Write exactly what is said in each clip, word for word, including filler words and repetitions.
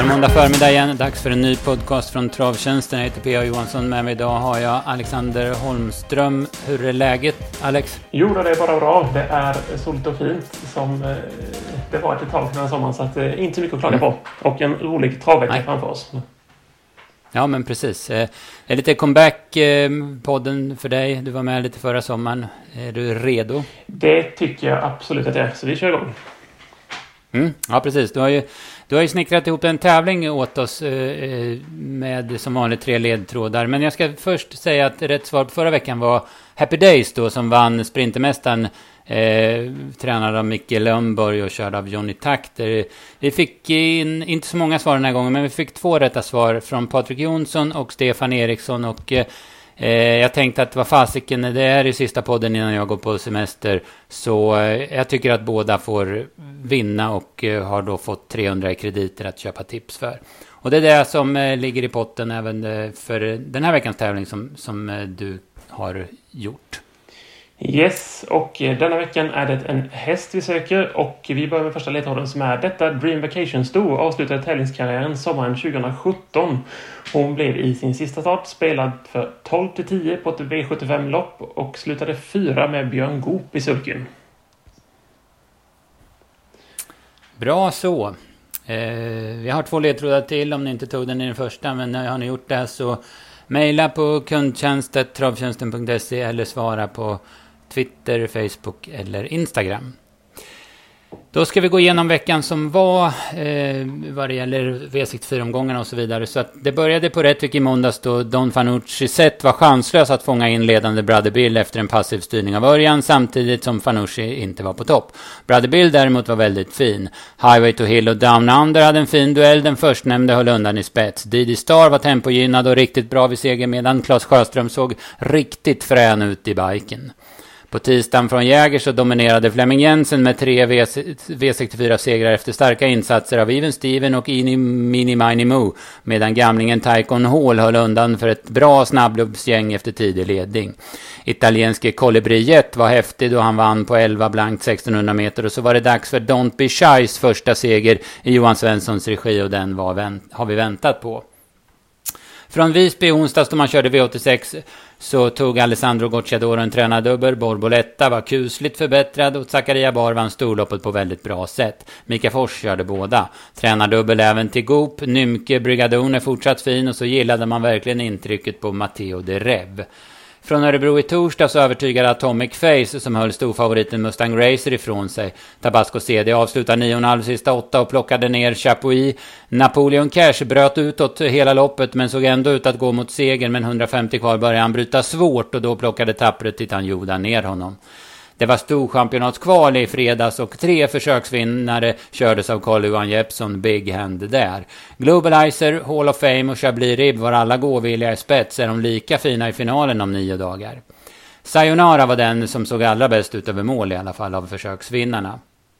är måndag förmiddag igen, dags för en ny podcast från Travtjänsten. Jag heter P A Johansson, med mig idag har jag Alexander Holmström. Hur är läget, Alex? Jo, det är bara bra. Det är soligt och fint som eh, det var ett tag den sommaren, så att eh, inte mycket att klaga på. Och en rolig travvecka framför oss. Ja, men precis. Det är lite comeback-podden för dig. Du var med lite förra sommaren. Är du redo? Det tycker jag absolut att det är, så vi kör igång. Mm, ja, precis. Du har ju, du har ju snickrat ihop en tävling åt oss eh, med som vanligt tre ledtrådar. Men jag ska först säga att rätt svar på förra veckan var Happy Days då, som vann Sprintermästaren, eh, tränad av Micke Lönnborg och körd av Johnny Takter. Vi fick in, inte så många svar den här gången, men vi fick två rätta svar från Patrik Jonsson och Stefan Eriksson. Och eh, jag tänkte att vad fasiken, det är i sista podden innan jag går på semester, så eh, jag tycker att båda får vinna och eh, har då fått trehundra i krediter att köpa tips för. Och det är det som eh, ligger i potten även eh, för den här veckans tävling som, som eh, du har gjort. Yes, och denna veckan är det en häst vi söker, och vi börjar med första ledtråden som är detta Dream Vacation Sto avslutade tävlingskarriären sommaren tjugohundrasjutton. Hon blev i sin sista start spelad för tolv till tio på ett V sjuttiofem-lopp och slutade fyra med Björn Goop i sulken. Bra så. Eh, vi har två ledtrådar till om ni inte tog den i den första, men har ni gjort det så mejla på kundtjänstet travtjänsten punkt se eller svara på Twitter, Facebook eller Instagram. Då ska vi gå igenom veckan som var eh, vad det gäller V sextiofyra-omgångarna och så vidare. Så att det började på Rättvik i måndags då Don Fanucci sett var chanslös att fånga in ledande Brother Bill efter en passiv styrning av Örjan, samtidigt som Fanucci inte var på topp. Brother Bill däremot var väldigt fin. Highway to Hill och Down Under hade en fin duell, den förstnämnde höll undan i spets. Didi Star var tempogynnad och riktigt bra vid seger, medan Claes Sjöström såg riktigt frän ut i biken. På tisdagen från Jäger så dominerade Flemming Jensen med tre V sextiofyra-segrar efter starka insatser av Even Steven och Ini Mini Mini Moo, medan gamlingen Taikon Hall höll undan för ett bra snabblubbsgäng efter tidig ledning. Italienske Colibriet var häftig då han vann på elva blankt sextonhundra meter, och så var det dags för Don't Be Shys första seger i Johan Svenssons regi, och den var vänt- har vi väntat på. Från Visby i onsdags då man körde V åttiosex så tog Alessandro Gocciadoro en tränardubbel. Borboletta var kusligt förbättrad och Zakaria Bar vann storloppet på väldigt bra sätt. Mika Fors körde båda. Tränardubbel även till Goop. Nymke Brigadone är fortsatt fin, och så gillade man verkligen intrycket på Matteo de Rev. Från Örebro i torsdag så övertygade Atomic Face, som höll storfavoriten Mustang Racer ifrån sig. Tabasco C D avslutade nio och en halv sista åtta och plockade ner Chapuis. Napoleon Cash bröt utåt hela loppet men såg ändå ut att gå mot seger, men hundrafemtio kvar började han bryta svårt, och då plockade tappret Titan Joda ner honom. Det var storchampionatskval i fredags och tre försöksvinnare kördes av Carl-Johan Jeppsson, Big Hand där. Globalizer, Hall of Fame och Chablis Rib var alla gåvilliga i spets, är de lika fina i finalen om nio dagar. Sayonara var den som såg allra bäst ut över mål i alla fall av försöksvinnarna.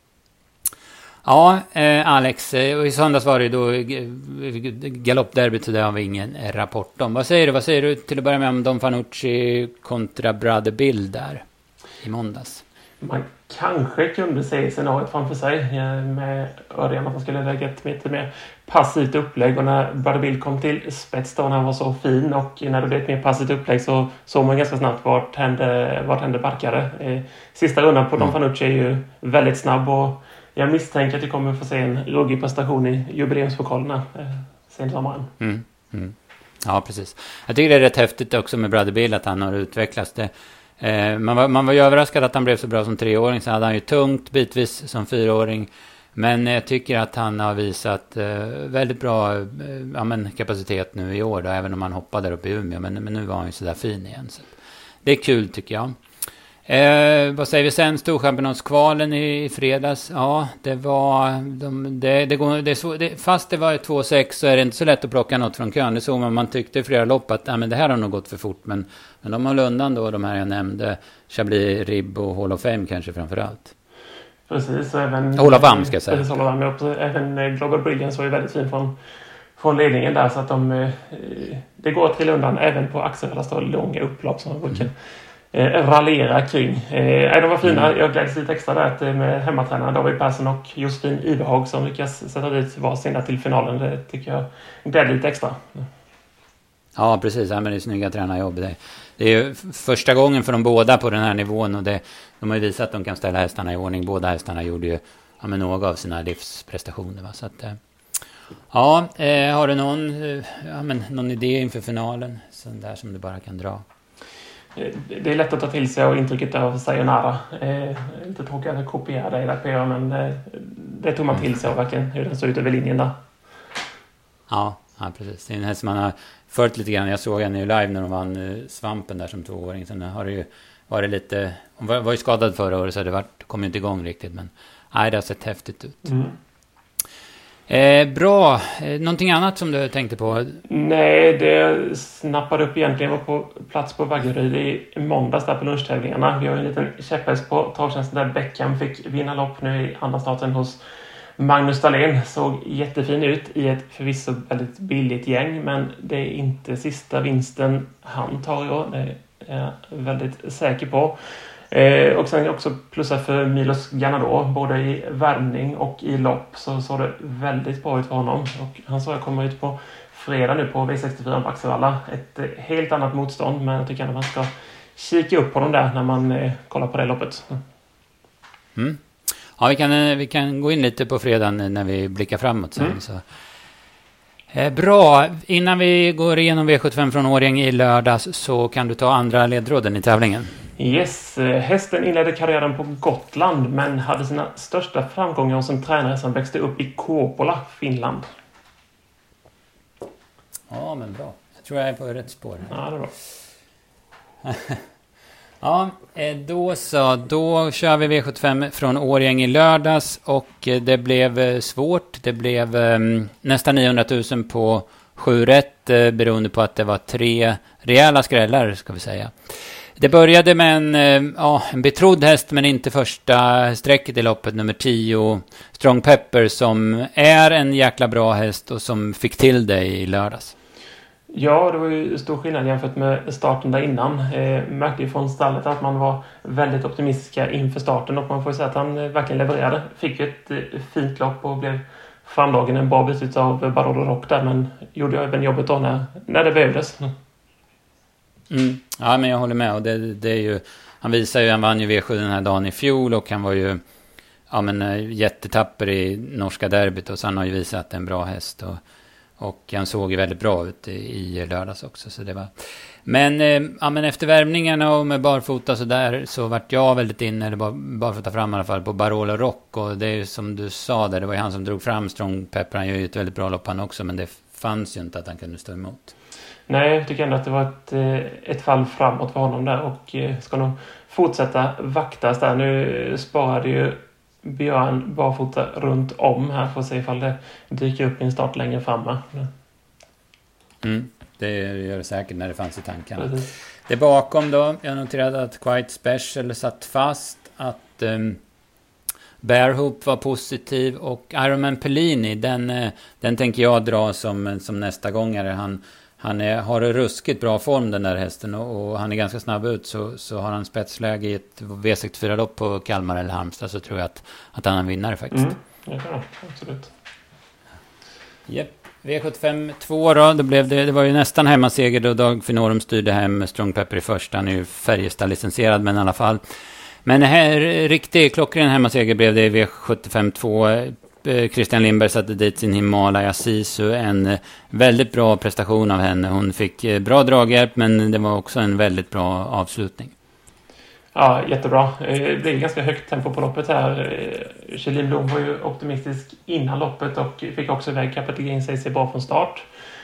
Ja, eh, Alex, eh, i söndags var det då eh, galoppderbyt, så det har vi ingen rapport om. Vad säger du, vad säger du till att börja med om Don Fanucci kontra Brother Bill där i måndags? Man kanske kunde se scenariot framför sig med Örjan att man skulle lägga ett lite mer passivt upplägg, och när Brother Bill kom till spets då, när han var så fin, och när det blev ett mer passivt upplägg så såg man ganska snabbt vart hände, vart hände barkade. Sista rundan på mm. Don Fanucci är ju väldigt snabb, och jag misstänker att vi kommer få se en ruggig prestation i jubileumspokalerna sen sommaren. Mm. Mm. Ja, precis. Jag tycker det är rätt häftigt också med Brother Bill att han har utvecklats det. Eh, man, var, man var ju överraskad att han blev så bra som treåring. Så hade han ju tungt bitvis som fyraåring. Men jag tycker att han har visat eh, väldigt bra eh, ja, men kapacitet nu i år då, även om han hoppade där uppe i Umeå. Men, men nu var han ju så där fin igen. Så det är kul tycker jag. Eh, vad säger vi sen? Storchampionatskvalen i, i fredags. Ja, det var... De, det, det går, det är så, det, fast det var två sex så är det inte så lätt att plocka något från kön. Det såg man, man tyckte i flera lopp att ja, men det här har nog gått för fort. Men, men de höll undan då, de här jag nämnde. Chablis Rib och Hall of Fame kanske framförallt. Precis, och även... Hall of Fame ska jag säga. Precis, Hall of Fame. Även Global Brilliance var ju väldigt fin från, från ledningen där. Så att de... Det går till undan även på axelfällast och långa upplopp som man brukar... Mm. eh, raljera kring. Eh, de var fina. Mm. Jag gläds lite extra där att, med hemmatränarna David Persson och Josefin Iverhag som lyckas sätta dit varsin till finalen. Det tycker jag glädjer lite extra. Ja, precis. Ja, men det är snygga tränarjobb. Det, det är ju första gången för de båda på den här nivån och det, de har ju visat att de kan ställa hästarna i ordning. Båda hästarna gjorde ju ja, men några av sina livsprestationer. Va? Så att, ja, eh, har du någon, eh, ja, men någon idé inför finalen? Sån där som du bara kan dra. Det är lätt att ta till sig och intrycket av Sayonara. Eh, inte tråkigt att kopiera det där P R, men det, det tog man till sig och verkligen hur den såg ut över linjen där. Ja, ja, precis. Det är en häst som man har följt lite grann. Jag såg henne ju live när de vann Svampen där som tvååring. Sen har det ju varit lite... Hon var, var ju skadad förra året så det var, kom ju inte igång riktigt. Men nej, det har sett häftigt ut. Mm. Eh, bra. Eh, någonting annat som du tänkte på? Nej, det snappade upp egentligen. Jag var på plats på Vaggeryd i måndags där på lunchtävlingarna. Vi har en liten käpphäst på travtjänsten där Beckham fick vinna lopp nu i andra starten hos Magnus Dahlén. Såg jättefin ut i ett förvisso väldigt billigt gäng, men det är inte sista vinsten han tar jag. Det är jag väldigt säker på. Eh, och sen också plussa för Milos Ganador, både i värmning och i lopp så såg det väldigt bra ut för honom. Och han såg jag komma ut på fredag nu på V sextiofyra på Axevalla. Ett eh, helt annat motstånd, men jag tycker att man ska kika upp på dem där när man eh, kollar på det loppet. Mm. Ja, vi kan, vi kan gå in lite på fredagen när vi blickar framåt sen. Mm. Så. Eh, bra, innan vi går igenom V sjuttiofem från Årjäng i lördags så kan du ta andra ledtråden i tävlingen. Yes, hästen inledde karriären på Gotland men hade sina största framgångar som tränare som växte upp i Kuopiola, Finland. Ja, men bra. Jag tror jag är på rätt spår. Ja, det är bra. Ja, då så. Då kör vi V sjuttiofem från Årjäng i lördags och det blev svårt. Det blev um, nästan niohundratusen på sju rätt eh, beroende på att det var tre rejäla skrällar ska vi säga. Det började med en, eh, ja, en betrodd häst men inte första sträcket i loppet, nummer tio Strong Pepper, som är en jäkla bra häst och som fick till det i lördags. Ja, det var ju stor skillnad jämfört med starten där innan. Eh, märkte ju från stallet att man var väldigt optimistiska inför starten och man får säga att han eh, verkligen levererade. Fick ju ett eh, fint lopp och blev framdagen en bra bit av Barolo Rock där, men gjorde jag även jobbet då när, när det behövdes. Mm. Ja, men jag håller med och det, det är ju, han visar ju, han vann ju V sju den här dagen i fjol och han var ju ja, men, jättetapper i norska derbyt och så han har ju visat att det är en bra häst och Och han såg ju väldigt bra ut i lördags också. Så det var... Men, eh, ja, men efter värmningarna och med barfota så där så vart jag väldigt inne, eller barfota fram i alla fall, på Barolo Rock. Och det är ju som du sa där, det var ju han som drog fram Strong Pepper. Han gör ju ett väldigt bra lopp han också, men det fanns ju inte att han kunde stå emot. Nej, jag tycker ändå att det var ett, ett fall framåt för honom där och ska nog fortsätta vaktas där. Nu sparade ju Björn barfota runt om här för att se ifall det dyker upp i en start längre framme. Mm, det gör det säkert när det fanns i tankarna. Precis. Det bakom då, jag noterade att Quite Special satt fast, att um, Bearhoop var positiv och Ironman Pellini, den, den tänker jag dra som, som nästa gångare. Han, han är, har en ruskigt bra form den där hästen och, och han är ganska snabb ut, så, så har han spetsläge i ett V sextiofyra-lopp på Kalmar eller Halmstad så tror jag att, att han är en vinnare faktiskt. Mm, jag tror absolut. Yep. V sjuttiofem två då, det, blev det, det var ju nästan hemmaseger då Dag Finorum styrde hem Strong Pepper i första. Han är ju Färjestad-licensierad, men i alla fall. Men här, riktigt klockren hemmaseger blev det i V sjuttiofem två. Christian Lindberg satte dit sin Himalaya Sisu, en väldigt bra prestation av henne. Hon fick bra draghjälp, men det var också en väldigt bra avslutning. Ja, jättebra. Det är ganska högt tempo på loppet här. Kjellin Blom var ju optimistisk innan loppet och fick också iväg Capital Gain sig bra från start.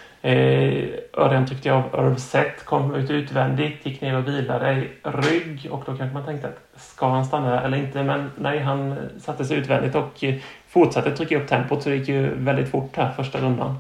Örjan tyckte jag av Irv Set kom ut utvändigt, gick ner och vilade i rygg och då kanske man tänkte att ska han stanna eller inte, men nej, han satte sig utvändigt och fortsatte trycka upp tempot, så det gick ju väldigt fort här första rundan.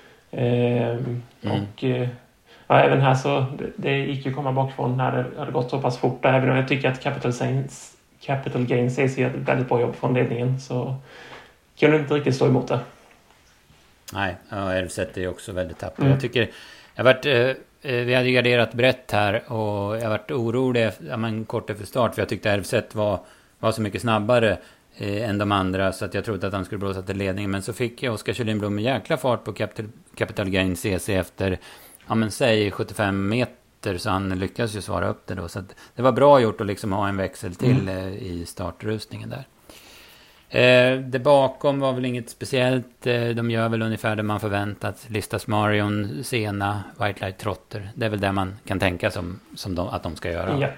Mm. Och ja, även här så det, det gick ju komma bakifrån när det hade gått så pass fort där, även om jag tycker att Capital Gains Capital Gains gör ett väldigt bra jobb från ledningen, så kunde inte riktigt stå emot det. Nej, ja, Elfset är också väldigt tappad. Mm. Jag tycker jag har varit eh, vi hade garderat brett här och jag varit orolig ja, men kort efter start för jag tyckte R F Z var, var så mycket snabbare eh, än de andra så att jag trodde att han skulle blåsa till ledningen. Men så fick jag Oskar Kyllinblom med jäkla fart på Capital, Capital Gain C C efter, ja men säg sjuttiofem meter så han lyckades ju svara upp det då. Så att det var bra gjort att liksom ha en växel till mm. eh, i startrustningen där. Eh, det bakom var väl inget speciellt. Eh, de gör väl ungefär det man förväntat. Listas Marion, Sena, White Light Trotter. Det är väl det man kan tänka som, som de, att de ska göra. Ja.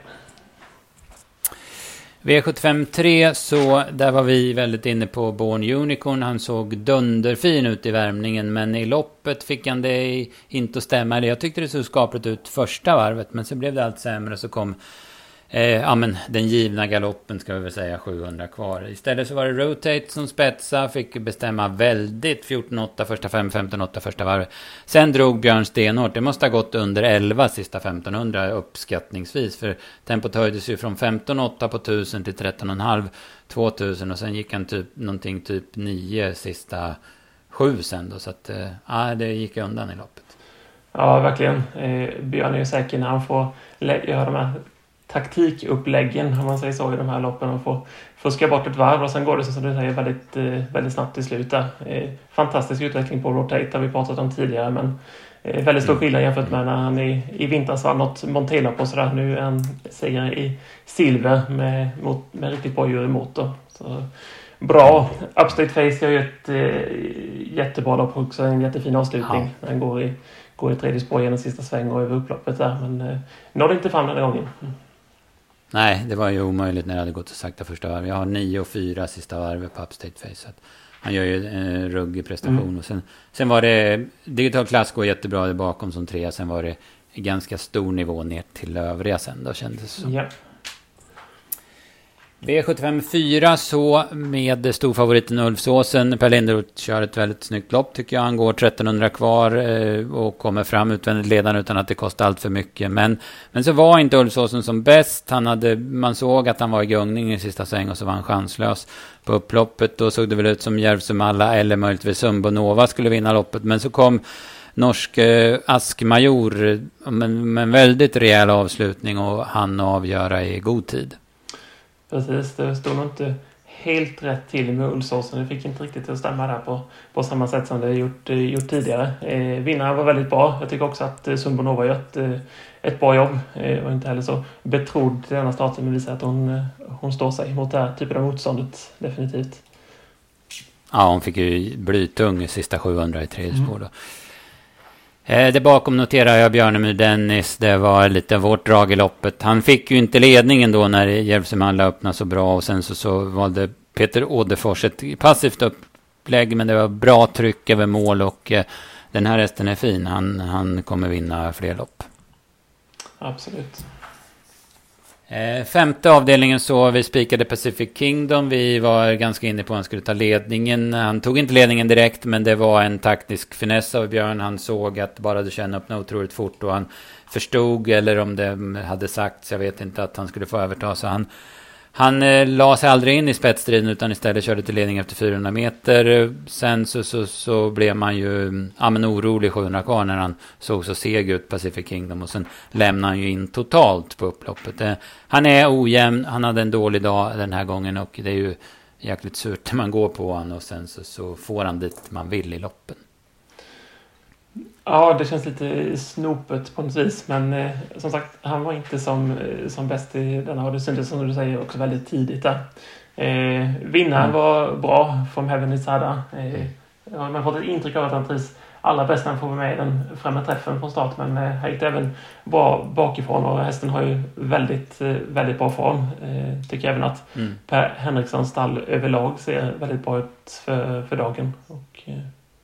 V sjuttiofem tre så där var vi väldigt inne på Born Unicorn. Han såg dunderfin ut i värmningen men i loppet fick han det inte att stämma. Jag tyckte det såg skapligt ut första varvet men så blev det allt sämre så kom Eh, ja men den givna galoppen ska vi väl säga sjuhundra kvar. Istället så var det Rotate som spetsa, fick bestämma väldigt fjorton åtta första fem, femton åtta första varv. Sen drog Björn stenhårt. Det måste ha gått under elva sista femtonhundra uppskattningsvis för tempot höjdes ju från femton åtta på tusen till tretton komma fem tvåtusen och sen gick han typ någonting typ nio sista sju sen då så att eh, ja det gick undan i loppet. Ja verkligen. Eh, Björn är ju säker när han får göra de här taktikuppläggen om man säger så i de här loppen och få fuska bort ett varv och sen går det som du säger väldigt, väldigt snabbt i slutet. Eh, fantastisk utveckling på Rotate har vi pratat om tidigare men eh, väldigt stor skillnad jämfört med när han i, i vintras vann något Montella på sådär. Nu är han seger i silver med, mot, med riktigt bra jurymotor. Så bra. Upstate Face gör ju ett eh, jättebra lopp också, en jättefin avslutning. Ja. Han går i, går i tredje spår genom sista sväng och över upploppet där men eh, nådde inte fram den gången. Mm. Nej, det var ju omöjligt när det hade gått så sakta första varv. Jag har nio och fyra sista varvet på Upstate Face. Så att han gör ju en ruggig prestation. Mm. Och sen, sen var det Digital Class går jättebra där bakom som trea. Sen var det ganska stor nivå ner till övriga sen då kändes det så. Ja. V sjuttiofem fyra så med storfavoriten Ulfsåsen. Per Linderoth kör ett väldigt snyggt lopp tycker jag. Han går trettonhundra kvar eh, och kommer fram utvändigt ledande utan att det kostar allt för mycket. Men, men så var inte Ulfsåsen som bäst. Han hade, man såg att han var i gungning i sista sväng och så var han chanslös på upploppet. Då såg det väl ut som Järvsömalla eller möjligtvis Sumbonova skulle vinna loppet. Men så kom norsk eh, Askmajor med, med en väldigt rejäl avslutning och han avgöra i god tid. Precis, det stod nog inte helt rätt till med Ulfsåsen. Det fick inte riktigt att stämma där på, på samma sätt som det gjort, gjort tidigare. Eh, vinnaren var väldigt bra. Jag tycker också att eh, Sumbonova gör ett, eh, ett bra jobb. Eh, och inte heller så betrodd till denna starten men visar att hon, eh, hon står sig mot det här typen av motståndet definitivt. Ja, hon fick ju blytung i sista sjuhundra i tredje spår då. Eh, det bakom noterar jag Björnemyr Dennis. Det var lite vårt drag i loppet. Han fick ju inte ledningen då när Järvsömalla öppnade så bra. Och sen så, så valde Peter Åderfors ett passivt upplägg. Men det var bra tryck över mål. Och eh, den här hästen är fin. Han, han kommer vinna fler lopp. Absolut. Eh, femte avdelningen så vi spikade Pacific Kingdom. Vi var ganska inne på att han skulle ta ledningen. Han tog inte ledningen direkt men det var en taktisk finess av Björn. Han såg att bara du känner öppna otroligt fort och han förstod eller om det hade sagts, jag vet inte, att han skulle få överta. Så han, han eh, la sig aldrig in i spetsstriden utan istället körde till ledning efter fyrahundra meter. Sen så, så, så blev man ju ja, men orolig sjuhundra kvar när han såg så seg ut Pacific Kingdom. Och sen lämnade han ju in totalt på upploppet. Eh, han är ojämn, han hade en dålig dag den här gången och det är ju jäkligt surt när man går på honom och sen så, så får han dit man vill i loppen. Ja, det känns lite snopet på något vis. Men eh, som sagt, han var inte som, eh, som bäst i denna. Och det syntes som du säger också väldigt tidigt där. Eh, vinnaren mm. var bra från Heaven is Sada. Eh, ja, man har fått ett intryck av att han trivs allra bäst när han får med den främre träffen från start. Men eh, han gick även bra bakifrån och hästen har ju väldigt, eh, väldigt bra form. Eh, tycker även att mm. Per Henrikssons stall överlag ser väldigt bra ut för, för dagen. Och... Eh,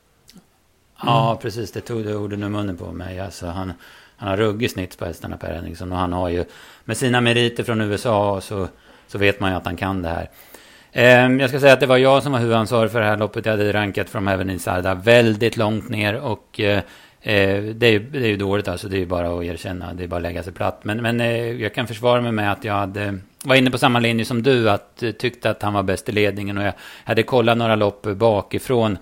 Mm. Ja, precis. Det tog det orden ur munnen på mig. Alltså, han, han har ruggig snitt på hästarna Per Henriksson. Och han har ju, med sina meriter från U S A så, så vet man ju att han kan det här. Eh, jag ska säga att det var jag som var huvudansvarig för det här loppet. Jag hade rankat från Heaven is Sada väldigt långt ner. Och eh, det, är ju, det är ju dåligt alltså. Det är ju bara att erkänna. Det är bara att lägga sig platt. Men, men eh, jag kan försvara mig med att jag hade, var inne på samma linje som du. Att eh, tyckte att han var bäst i ledningen. Och jag hade kollat några lopp bakifrån.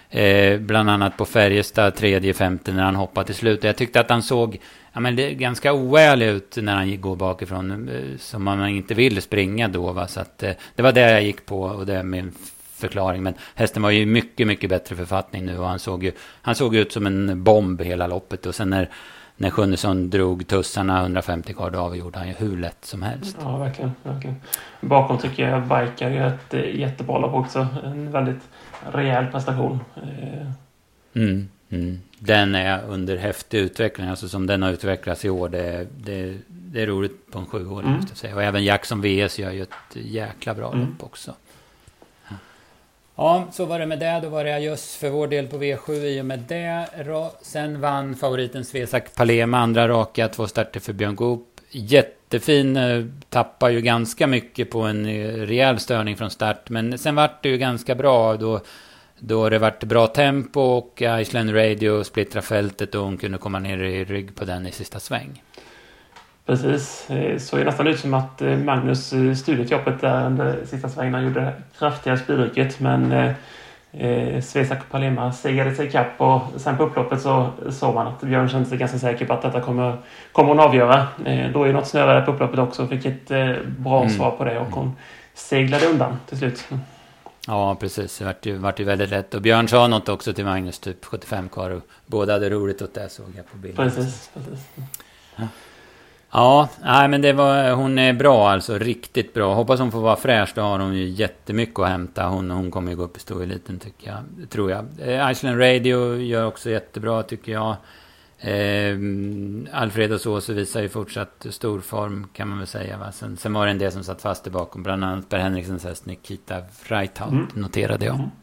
Eh, bland annat på Färjestad, tredje, femte när han hoppade till slut. Jag tyckte att han såg ja, men det, ganska oärlig ut när han går bakifrån. Eh, som man inte vill springa då. Va? Så att, eh, det var det jag gick på och det är min förklaring. Men hästen var ju mycket, mycket bättre författning nu. Och han såg ju han såg ut som en bomb hela loppet. Och sen när, när Sjunnesson drog tussarna hundrafemtio kvar av gjorde han ju hur lätt som helst. Ja, verkligen. verkligen. Bakom tycker jag Bajkar gör ett jättebra lopp också. En väldigt rejäl prestation. Mm, mm. Den är under häftig utveckling. Alltså som den har utvecklats i år. Det, det, det är roligt på en sju år. Mm. Säga. Och även Jackson V S gör ju ett jäkla bra mm. lopp också. Ja. ja, så var det med det. Då var det just för vår del på V sju i och med det. Sen vann favoriten Svesak Palema. Andra raka, två starter för Björn Goop. Jättefin, tappar ju ganska mycket på en rejäl störning från start. Men sen vart det ju ganska bra då. Då det vart bra tempo och Island Radio splittrade fältet och hon kunde komma ner i rygg på den i sista sväng. Precis, så är det nästan ut som att Magnus studiet jobbet där under sista svängen han gjorde kraftiga spyrycket men eh, Svesak Palema segade sig kapp och sen på upploppet så såg man att Björn kände sig ganska säker på att detta kommer, kommer hon avgöra. Eh, då är något snöre på upploppet också och fick ett eh, bra mm. svar på det och hon seglade undan till slut. Ja, precis. Det vart ju, vart ju väldigt lätt. Och Björn sa något också till Magnus, typ sjuttiofem kvar. Och båda hade roligt åt det, såg jag på bilden. Precis, precis. Ja, ja nej, men det var, hon är bra alltså. Riktigt bra. Hoppas hon får vara fräsch. Då har hon ju jättemycket att hämta. Hon, hon kommer ju gå upp i storeliten, tycker jag. Tror jag. Island Radio gör också jättebra, tycker jag. Eh, Alfredo Såse visar ju fortsatt stor form, kan man väl säga, va? Sen, sen var det en del som satt fast i bakom, bland annat Per Henriksens häst Nikita Freithout, mm. noterade jag. Mm.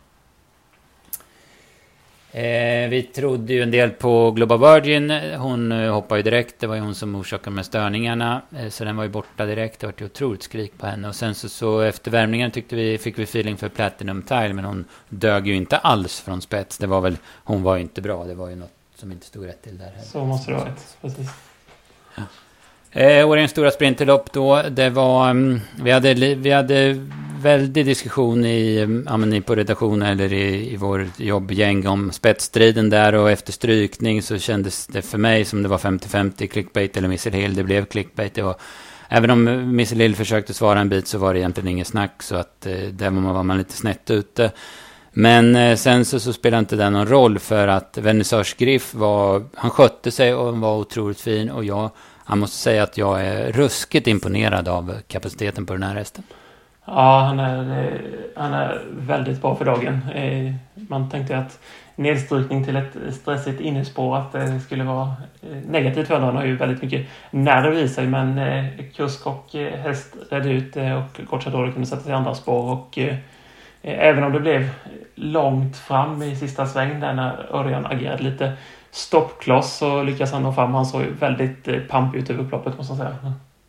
eh, Vi trodde ju en del på Global Virgin. Hon eh, hoppade ju direkt. Det var ju hon som orsakade med störningarna, eh, så den var ju borta direkt. Det var ju otroligt skrik på henne. Och sen så, så efter värmningen tyckte vi, fick vi feeling för Platinum Tile, men hon dög ju inte alls från spets. Det var väl, hon var ju inte bra. Det var ju något som inte stod rätt till där heller. Så måste det vara rätt, precis. Ja. Eh, Årens stora sprinterlopp då, det var, um, vi hade, vi hade väldigt diskussion i, um, på redaktionen eller i, i vår jobbgäng om spetsstriden där, och efter strykning så kändes det för mig som det var femtio femtio clickbait eller Missile Hill. Det blev clickbait. Det var, även om Missile Hill försökte svara en bit så var det egentligen ingen snack, så att eh, där var man, var man lite snett ute. Men eh, sen så, så spelade inte det någon roll, för att Vernissage Griff var, han skötte sig och var otroligt fin, och jag, han måste säga att jag är ruskigt imponerad av kapaciteten på den här hästen. Ja, han är, han är väldigt bra för dagen. Man tänkte att nedstrykning till ett stressigt innespår, att det skulle vara negativt för honom. Han har ju väldigt mycket nerv i sig, men kusk och häst räddade ut och Gocciadoro kunde sätta sig i andra spår, och även om det blev långt fram i sista sväng där när Örjan agerade lite stoppkloss, så lyckas han nå fram. Han såg ju väldigt pampig ut över upploppet, måste jag säga.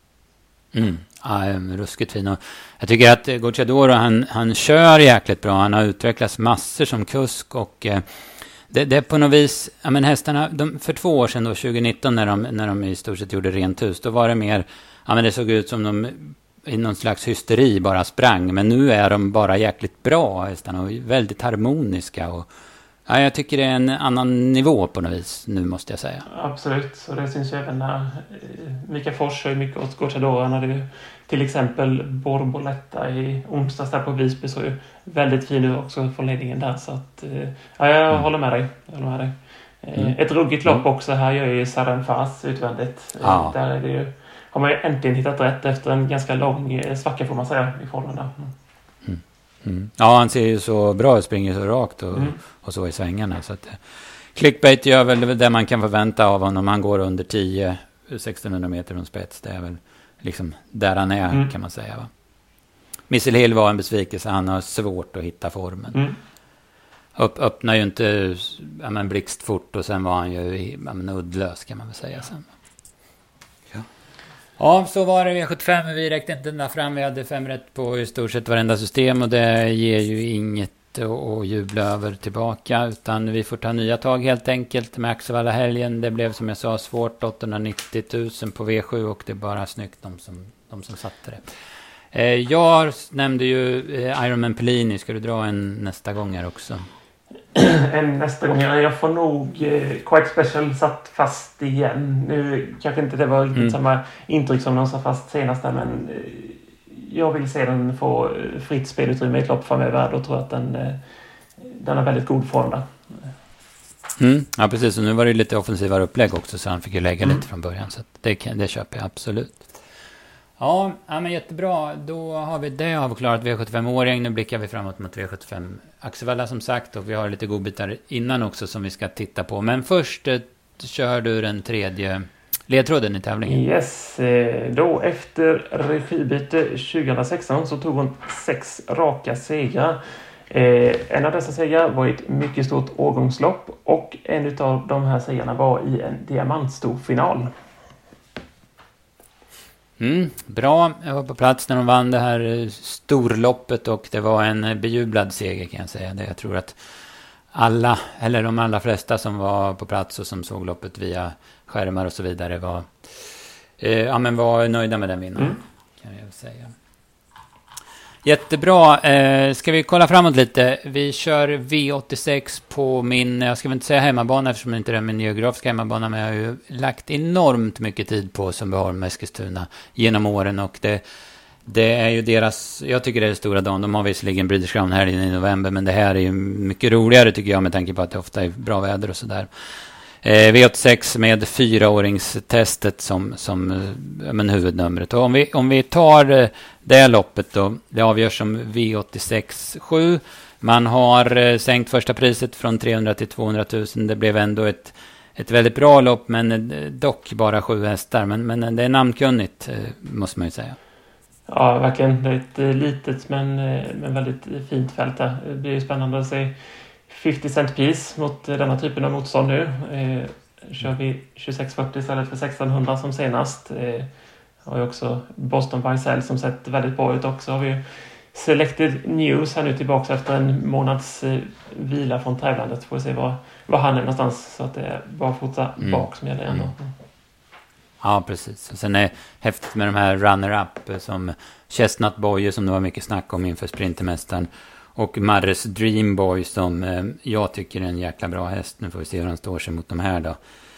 Mm. Ja, ruskigt fin. Och jag tycker att Gocciadoro, han, han kör jäkligt bra. Han har utvecklats massor som kusk, och eh, det, det är på något vis, ja, men hästarna, de, för två år sedan då, tjugonitton, när de, när de i stort sett gjorde rent hus, då var det mer, ja, men det såg ut som de i någon slags hysteri bara sprang. Men nu är de bara jäkligt bra hästarna och väldigt harmoniska, och ja, jag tycker det är en annan nivå på något vis nu, måste jag säga. Absolut, och det syns ju även när Mika Fors och mycket åt Gocciadoro. Han hade ju till exempel Borboletta i onsdags där på Visby, så ju väldigt fin nu också från ledningen där, så att ja, jag mm. håller med dig. Jag håller med dig. Mm. Ett ruggigt lopp mm. också här gör ju Saran Fas utvändigt. Ja. Där är det ju, har man ju äntligen hittat rätt efter en ganska lång svacka, får man säga, i formen där. Mm. Mm. Mm. Ja, han ser ju så bra ut, springer så rakt och, mm. och så i svängarna. Så att, clickbait gör väl det man kan förvänta av honom. Han går under tio sextonhundra meter från spets. Det är väl liksom där han är, mm. kan man säga, va? Missile Hill var en besvikelse. Han har svårt att hitta formen. Mm. Upp, öppnar ju inte, ja, men blixtfort, och sen var han ju, ja, men uddlös, kan man väl säga sen. Ja. Ja, så var det V sjuttiofem. Vi räckte inte ända fram. Vi hade fem rätt på i stort sett varenda system, och det ger ju inget att jubla över tillbaka, utan vi får ta nya tag helt enkelt med Axevalla helgen. Det blev, som jag sa, svårt, åttahundranittio tusen på V sju, och det är bara snyggt de som, de som satte det. Eh, jag nämnde ju eh, Ironman Pellini. Ska du dra en nästa gång här också? än nästa gång. Jag får nog eh, Quite Special satt fast igen. Nu kanske inte det var riktigt mm. samma intryck som de satt fast senast där, men eh, jag vill se den få fritt spelutrymme i ett lopp framöver. Då tror jag att den, eh, den har väldigt god form där. Mm. Ja, precis. Och nu var det lite offensivare upplägg också, så han fick ju lägga mm. lite från början. Så det, det köper jag absolut. Ja, ja, men jättebra. Då har vi det avklarat. V sjuttiofem-åring. Nu blickar vi framåt mot V sjuttiofem Axevalla som sagt. Och vi har lite godbitar innan också som vi ska titta på. Men först eh, kör du den tredje ledtråden i tävlingen. Yes, då efter regibyte tjugohundrasexton så tog hon sex raka segrar. Eh, en av dessa segrar var ett mycket stort årgångslopp och en av de här segrarna var i en diamantstor final. Mm, bra, jag var på plats när de vann det här storloppet och det var en bejublad seger kan jag säga. Det jag tror att alla, eller de allra flesta som var på plats och som såg loppet via skärmar och så vidare var, eh, ja, men var nöjda med den vinnaren, mm. kan jag säga. Jättebra. Eh, ska vi kolla framåt lite? Vi kör V åttiosex på min, jag ska väl inte säga hemmabana eftersom det inte är min geografiska hemmabana, men jag har ju lagt enormt mycket tid på Sundbyholm och Eskilstuna genom åren och det, det är ju deras, jag tycker det är det stora dagen. De har visserligen British Crown här i november, men det här är ju mycket roligare tycker jag med tanke på att det ofta är bra väder och sådär. Eh, V åttiosex med fyraåringstestet som, som eh, men huvudnumret. Och om vi, om vi tar eh, det loppet då, det avgörs som V åttiosex sju. Man har eh, sänkt första priset från trehundra till tvåhundratusen. Det blev ändå ett, ett väldigt bra lopp, men eh, dock bara sju hästar. Men, men det är namnkunnigt, eh, måste man ju säga. Ja, verkligen. Det är ett eh, litet men, eh, men väldigt fint fält där. Det blir ju spännande att se femtio cent piece mot denna typen av motstånd nu. Eh, kör vi tjugosex fyrtio istället för sextonhundra som senast. Eh, har ju också Boston by Sell som sett väldigt bra ut också. Har vi ju Selected News här nu tillbaka efter en månads eh, vila från tävlandet. Får vi se var, var han är någonstans, så att det är bara fortsätta mm. bak som gäller ändå. Mm. Ja, precis. Och sen är häftigt med de här runner-up som Chestnut Boy som det var mycket snack om inför Sprintermästaren. Och Marres Dreamboy som eh, jag tycker är en jäkla bra häst. Nu får vi se hur han står sig mot de här då.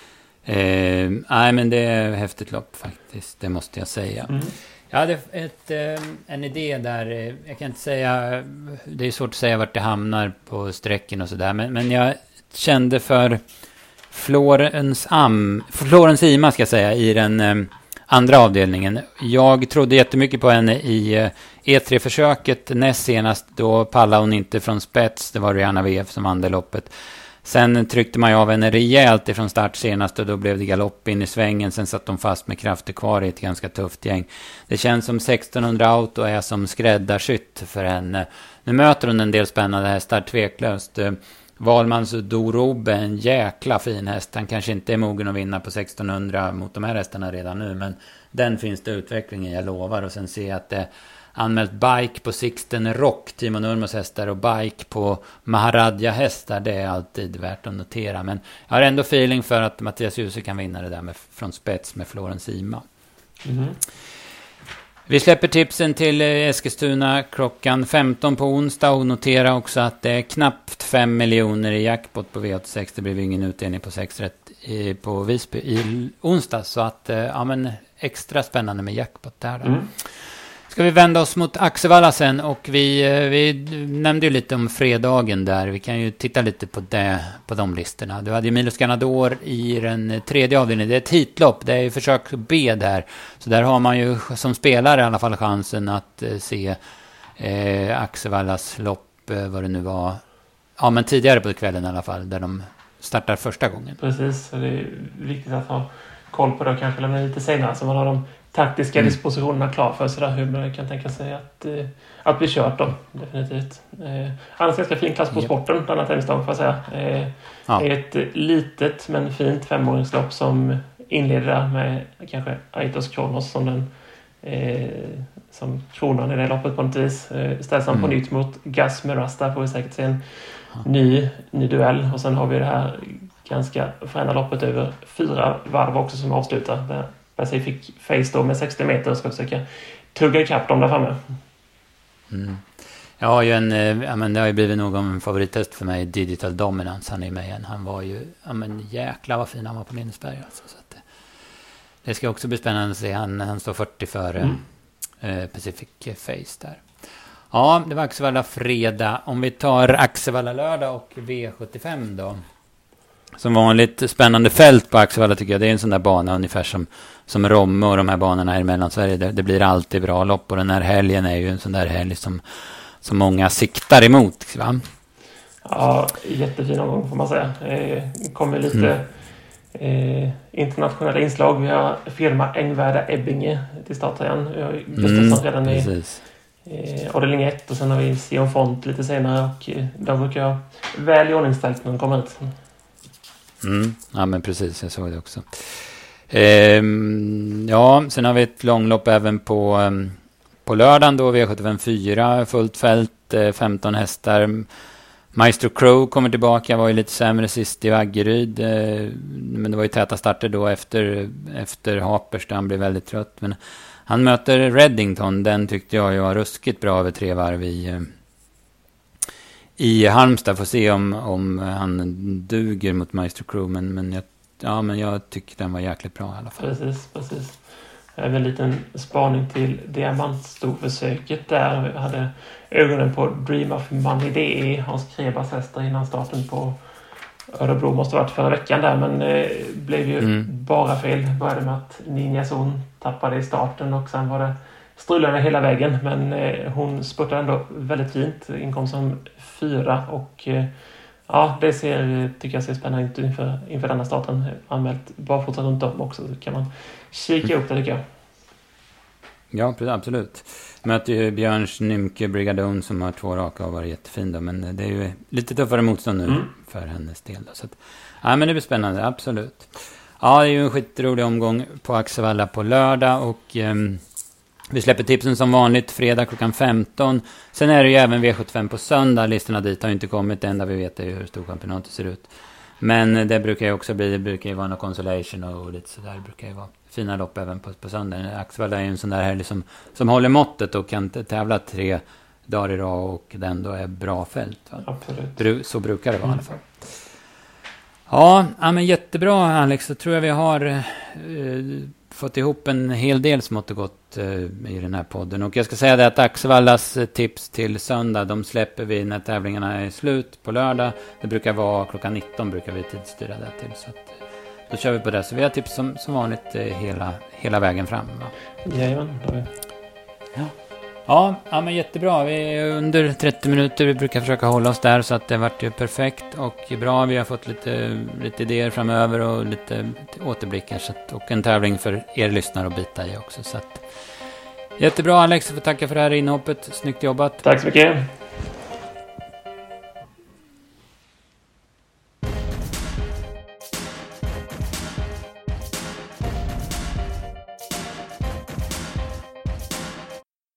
Eh, nej, men det är ett häftigt lopp faktiskt. Det måste jag säga. Mm. Jag hade ett, eh, en idé där. Eh, jag kan inte säga... Det är svårt att säga vart det hamnar på sträcken och sådär. Men, men jag kände för Florens, Am, Florens Ima ska jag säga i den... Eh, andra avdelningen. Jag trodde jättemycket på henne i E tre-försöket näst senast. Då pallade hon inte från spets. Det var Rihanna V F som vann det loppet. Sen tryckte man ju av henne rejält ifrån start senast och då blev det galopp in i svängen. Sen satt de fast med krafter kvar i ett ganska tufft gäng. Det känns som sextonhundra auto är som skräddarskytt för henne. Nu möter hon en del spännande hästar tveklöst. Valmans Dorobe, en jäkla fin häst. Han kanske inte är mogen att vinna på sextonhundra mot de här hästarna redan nu, men den finns det utveckling i, jag lovar. Och sen ser jag att det anmält bike på Sixten Rock, Timo Nurmos hästar, och bike på Maharadja hästar. Det är alltid värt att notera, men jag har ändå feeling för att Mattias Djuse kan vinna det där med, från spets med Florens Ima. Mm. Vi släpper tipsen till Eskilstuna klockan femton på onsdag och notera också att det är knappt fem miljoner i jackpot på V åttiosex. Det blev ingen utdelning på sex rätt i, på Visby i onsdag, så att ja, men extra spännande med jackpot där då. Mm. Ska vi vända oss mot Axevalla sen, och vi, vi nämnde ju lite om fredagen där. Vi kan ju titta lite på det, på de listorna. Du hade ju Milos Ganador i den tredje avdelningen. Det är ett hitlopp, det är ju försök B där. Så där har man ju som spelare i alla fall chansen att eh, se eh, Axevallas lopp, eh, vad det nu var. Ja, men tidigare på kvällen i alla fall, där de startar första gången. Precis, och det är viktigt att ha koll på det, kanske lämna lite senare så man har de taktiska mm. dispositionerna klar för sig där, hur man kan tänka sig att, eh, att bli kört då, definitivt. Eh, annars ganska fin klass på sporten, yep. denna tennisdag får jag säga. Eh, ja. Det är ett litet men fint femåringslopp som inleder med kanske Aitos Kronos som den eh, som kronan i det loppet på något vis. Eh, ställs han mm. på nytt mot Gas Merasta, får vi säkert se en ja. ny, ny duell. Och sen har vi det här ganska fräna loppet över fyra varv också som avslutar där Pacific Face då med sextio meter ska försöka tugga ikapp dem där framme. Mm. Jag har ju en, ja men det har ju blivit någon favorittest för mig, Digital Dominance, han är med igen. Han var ju, ja men jäkla vad fin han var på Lindesberg alltså, så att det, det ska också bli spännande att se. Han, han står fyrtio före mm. eh, Pacific Face där. Ja, det var Axevalla fredag. Om vi tar Axevalla lördag och V sjuttiofem då. Som vanligt spännande fält på Axevalla tycker jag. Det är en sån där bana ungefär som, som Romme och de här banorna här i Mellansverige. Det, det blir alltid bra lopp och den här helgen är ju en sån där helg som, som många siktar emot, va? Ja, jättefin omgång får man säga. Det kommer lite mm. eh, internationella inslag. Vi har firma Ängvärda Ebbinge till start igen. Vi har Gustafsson mm, redan precis. i eh, avdelning ett och sen har vi Sion Font lite senare och eh, de brukar jag väl i ordningställt när de kommer ut. Mm. Ja men precis, jag såg det också. Ehm, ja, sen har vi ett långlopp även på, um, på lördagen då, V sjuttiofem fyra, fullt fält, eh, femton hästar. Maestro Crow kommer tillbaka, var ju lite sämre sist i Vaggeryd, eh, men det var ju täta starter då efter, efter Hapers där han blev väldigt trött. Men han möter Reddington, den tyckte jag ju var ruskigt bra över tre varv i... Eh, I Halmstad, får se om, om han duger mot Maestro Crew, men, men, jag, ja, men jag tycker den var jäkligt bra i alla fall. Precis, precis. Även en liten spaning till diamantstorförsöket där. Vi hade ögonen på Dream of Money. Det är Hans Krebas hästar innan starten på Örebro. Måste ha varit förra veckan där, men eh, blev ju mm. bara fel. Började med att Ninja Zon tappade i starten och sen var det strulade hela vägen, men eh, hon spurtade ändå väldigt fint. Inkom som fyra och eh, ja, det ser, tycker jag ser spännande ut inför, inför denna starten. Anmält barfota runt om också, så kan man kika upp det tycker jag. Ja, absolut. Möter ju Björns Nymke Brigadon som har två raka och var jättefin då, men det är ju lite tuffare motstånd nu mm. för hennes del då, så att, ja men det blir spännande, absolut. Ja, det är ju en skitrolig omgång på Axevalla på lördag och ehm, vi släpper tipsen som vanligt fredag klockan femton. Sen är det ju även V sjuttiofem på söndag. Listorna dit har ju inte kommit. Det enda vi vet är hur storchampionatet ser ut. Men det brukar ju också bli, det brukar ju vara någon consolation och lite sådär. Det brukar ju vara fina lopp även på, på söndag. Axevalla är ju en sån där helg som, som håller måttet och kan tävla tre dagar i rad och den då är bra fält. Va? Absolut. Så brukar det vara mm. i alla fall. Ja, ja, men jättebra Alex. Så tror jag vi har... Eh, fått ihop en hel del smått och gott uh, i den här podden. Och jag ska säga det att Axevallas uh, tips till söndag, de släpper vi när tävlingarna är slut på lördag. Det brukar vara klockan nitton brukar vi tidsstyra det till. Så att, uh, då kör vi på det. Så vi har tips som, som vanligt uh, hela, hela vägen fram. Va? Jajamän, då är ja. Ja, ja, men jättebra. Vi är under trettio minuter. Vi brukar försöka hålla oss där så att det vart ju perfekt och bra. Vi har fått lite, lite idéer framöver och lite, lite återblickar så att, och en tävling för er lyssnare att bita i också. Så att, jättebra Alex, jag får tacka för det här inhoppet. Snyggt jobbat. Tack så mycket.